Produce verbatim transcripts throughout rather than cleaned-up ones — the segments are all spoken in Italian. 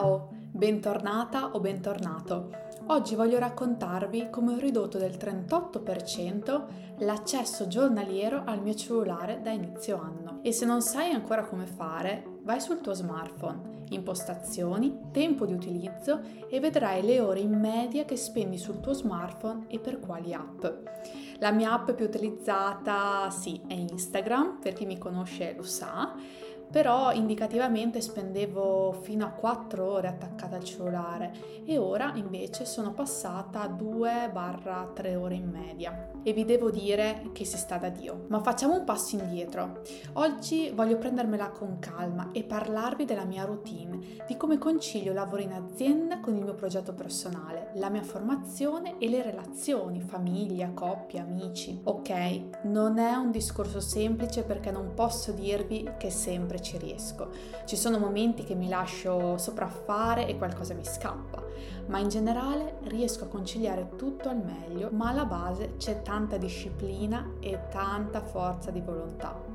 Ciao, bentornata o bentornato. Oggi voglio raccontarvi come ho ridotto del trentotto per cento l'accesso giornaliero al mio cellulare da inizio anno. E se non sai ancora come fare, vai sul tuo smartphone, impostazioni, tempo di utilizzo e vedrai le ore in media che spendi sul tuo smartphone e per quali app. La mia app più utilizzata, sì, è Instagram, per chi mi conosce lo sa, però indicativamente spendevo fino a quattro ore attaccata al cellulare e ora invece sono passata a due tre ore in media e vi devo dire che si sta da Dio. Ma facciamo un passo indietro. Oggi voglio prendermela con calma e parlarvi della mia routine, di come concilio il lavoro in azienda con il mio progetto personale, la mia formazione e le relazioni, famiglia, coppia, amici. Ok, non è un discorso semplice perché non posso dirvi che sempre ci riesco. Ci sono momenti che mi lascio sopraffare e qualcosa mi scappa, ma in generale riesco a conciliare tutto al meglio, ma alla base c'è tanta disciplina e tanta forza di volontà.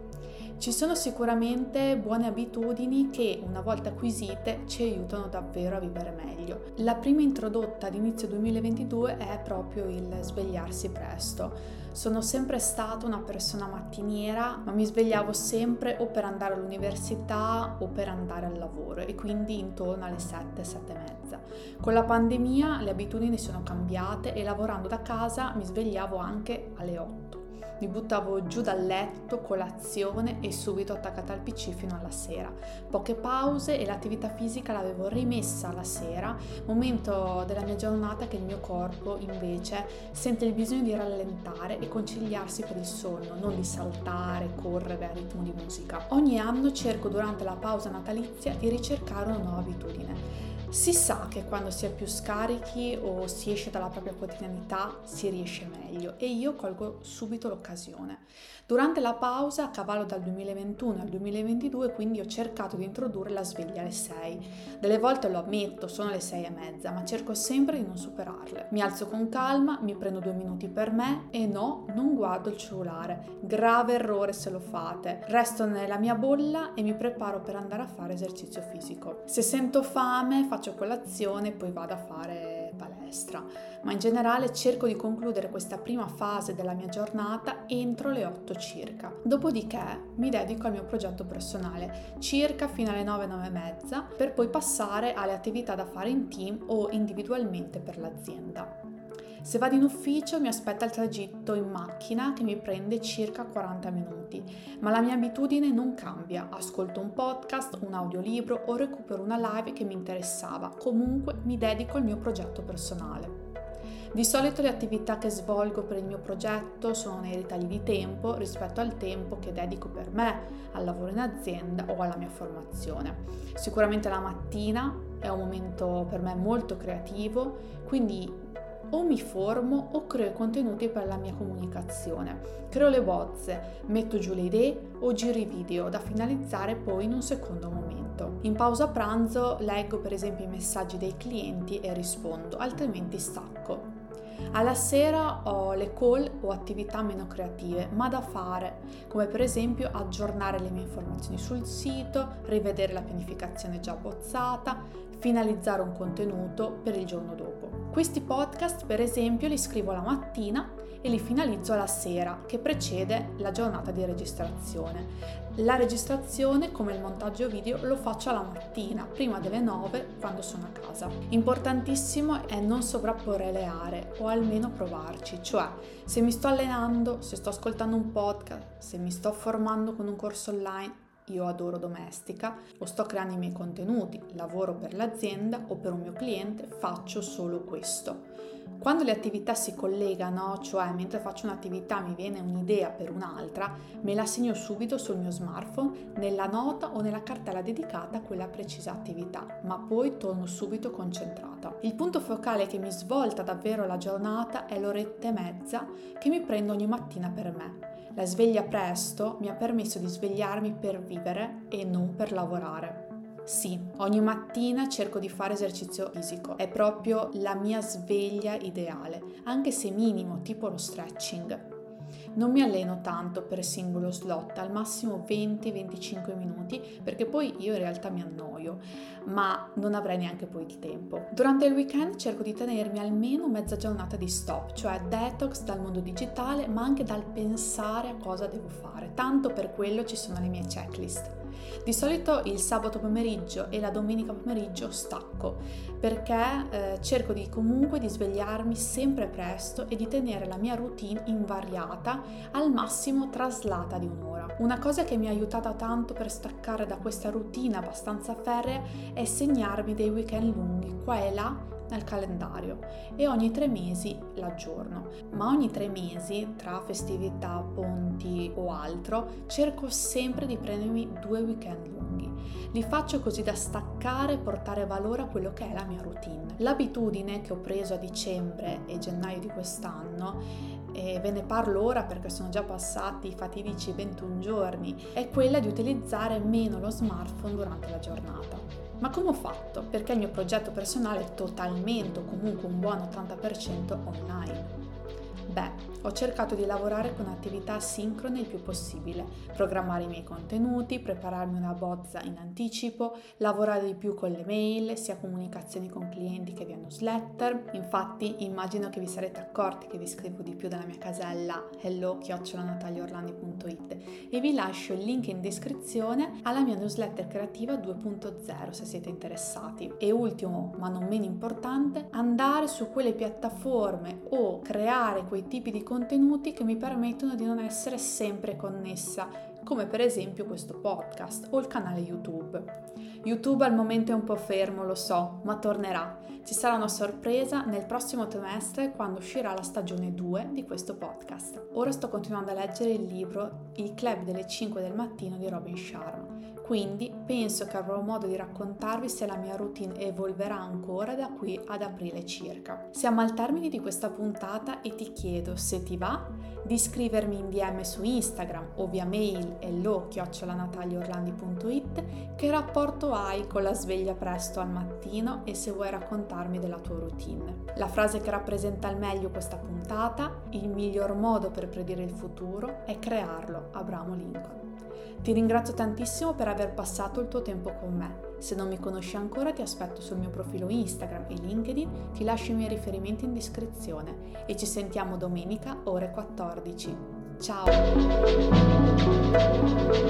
Ci sono sicuramente buone abitudini che, una volta acquisite, ci aiutano davvero a vivere meglio. La prima introdotta ad inizio duemilaventidue è proprio il svegliarsi presto. Sono sempre stata una persona mattiniera, ma mi svegliavo sempre o per andare all'università o per andare al lavoro e quindi intorno alle sette, sette e mezza. Con la pandemia le abitudini sono cambiate e lavorando da casa mi svegliavo anche alle otto. Mi buttavo giù dal letto, colazione e subito attaccata al P C fino alla sera. Poche pause e l'attività fisica l'avevo rimessa alla sera, momento della mia giornata che il mio corpo invece sente il bisogno di rallentare e conciliarsi per il sonno, non di saltare, correre a ritmo di musica. Ogni anno cerco durante la pausa natalizia di ricercare una nuova abitudine. Si sa che quando si è più scarichi o si esce dalla propria quotidianità si riesce meglio e io colgo subito l'occasione. Durante la pausa, a cavallo dal duemilaventuno al duemilaventidue, quindi ho cercato di introdurre la sveglia alle sei. Delle volte lo ammetto, sono le sei e mezza, ma cerco sempre di non superarle. Mi alzo con calma, mi prendo due minuti per me e no, non guardo il cellulare. Grave errore se lo fate. Resto nella mia bolla e mi preparo per andare a fare esercizio fisico. Se sento fame, faccio colazione e poi vado a fare palestra, ma in generale cerco di concludere questa prima fase della mia giornata entro le otto circa. Dopodiché mi dedico al mio progetto personale circa fino alle nove, nove e mezza, per poi passare alle attività da fare in team o individualmente per l'azienda. Se vado in ufficio mi aspetta il tragitto in macchina che mi prende circa quaranta minuti, ma la mia abitudine non cambia. Ascolto un podcast, un audiolibro o recupero una live che mi interessava. Comunque mi dedico al mio progetto personale. Di solito le attività che svolgo per il mio progetto sono nei ritagli di tempo rispetto al tempo che dedico per me, al lavoro in azienda o alla mia formazione. Sicuramente la mattina è un momento per me molto creativo, quindi o mi formo o creo contenuti per la mia comunicazione. Creo le bozze, metto giù le idee o giro i video da finalizzare poi in un secondo momento. In pausa pranzo leggo per esempio i messaggi dei clienti e rispondo, altrimenti stacco. Alla sera ho le call o attività meno creative, ma da fare, come per esempio aggiornare le mie informazioni sul sito, rivedere la pianificazione già bozzata, finalizzare un contenuto per il giorno dopo. Questi podcast, per esempio, li scrivo la mattina e li finalizzo alla sera, che precede la giornata di registrazione. La registrazione, come il montaggio video, lo faccio alla mattina, prima delle nove, quando sono a casa. Importantissimo è non sovrapporre le aree, o almeno provarci, cioè se mi sto allenando, se sto ascoltando un podcast, se mi sto formando con un corso online, io adoro Domestika, o sto creando i miei contenuti, lavoro per l'azienda o per un mio cliente, faccio solo questo. Quando le attività si collegano, cioè mentre faccio un'attività mi viene un'idea per un'altra, me la segno subito sul mio smartphone, nella nota o nella cartella dedicata a quella precisa attività, ma poi torno subito concentrata. Il punto focale che mi svolta davvero la giornata è l'oretta e mezza che mi prendo ogni mattina per me. La sveglia presto mi ha permesso di svegliarmi per vivere e non per lavorare. Sì, ogni mattina cerco di fare esercizio fisico, è proprio la mia sveglia ideale, anche se minimo, tipo lo stretching. Non mi alleno tanto per singolo slot, al massimo venti venticinque minuti, perché poi io in realtà mi annoio, ma non avrei neanche poi il tempo. Durante il weekend cerco di tenermi almeno mezza giornata di stop, cioè detox dal mondo digitale, ma anche dal pensare a cosa devo fare. Tanto per quello ci sono le mie checklist. Di solito il sabato pomeriggio e la domenica pomeriggio stacco, perché eh, cerco di comunque di svegliarmi sempre presto e di tenere la mia routine invariata, al massimo traslata di un'ora. Una cosa che mi ha aiutata tanto per staccare da questa routine abbastanza ferrea è segnarmi dei weekend lunghi qua e là nel calendario e ogni tre mesi l'aggiorno, ma ogni tre mesi, tra festività, ponti o altro, cerco sempre di prendermi due weekend lunghi. Li faccio così da staccare e portare valore a quello che è la mia routine. L'abitudine che ho preso a dicembre e gennaio di quest'anno, e ve ne parlo ora perché sono già passati i fatidici ventuno giorni, è quella di utilizzare meno lo smartphone durante la giornata. Ma come ho fatto? Perché il mio progetto personale è totalmente o comunque un buon ottanta per cento online. Beh, ho cercato di lavorare con attività sincrone il più possibile, programmare i miei contenuti, prepararmi una bozza in anticipo, lavorare di più con le mail, sia comunicazioni con clienti che via newsletter. Infatti immagino che vi sarete accorti che vi scrivo di più dalla mia casella hello chiocciola nataliaorlandi punto it e vi lascio il link in descrizione alla mia newsletter creativa due punto zero se siete interessati. E ultimo, ma non meno importante, andare su quelle piattaforme o creare quei tipi di contenuti che mi permettono di non essere sempre connessa, come per esempio questo podcast o il canale YouTube. YouTube al momento è un po' fermo, lo so, ma tornerà. Ci sarà una sorpresa nel prossimo trimestre quando uscirà la stagione due di questo podcast. Ora sto continuando a leggere il libro Il club delle cinque del mattino di Robin Sharma, quindi penso che avrò modo di raccontarvi se la mia routine evolverà ancora da qui ad aprile circa. Siamo al termine di questa puntata e ti chiedo, se ti va, di scrivermi in D M su Instagram o via mail hello chiocciola nataliaorlandi punto it che rapporto hai con la sveglia presto al mattino e se vuoi raccontarmi della tua routine. La frase che rappresenta al meglio questa puntata: il miglior modo per predire il futuro è crearlo, Abramo Lincoln. Ti ringrazio tantissimo per aver passato il tuo tempo con me. Se non mi conosci ancora ti aspetto sul mio profilo Instagram e LinkedIn, ti lascio i miei riferimenti in descrizione e ci sentiamo domenica ore quattordici. Ciao!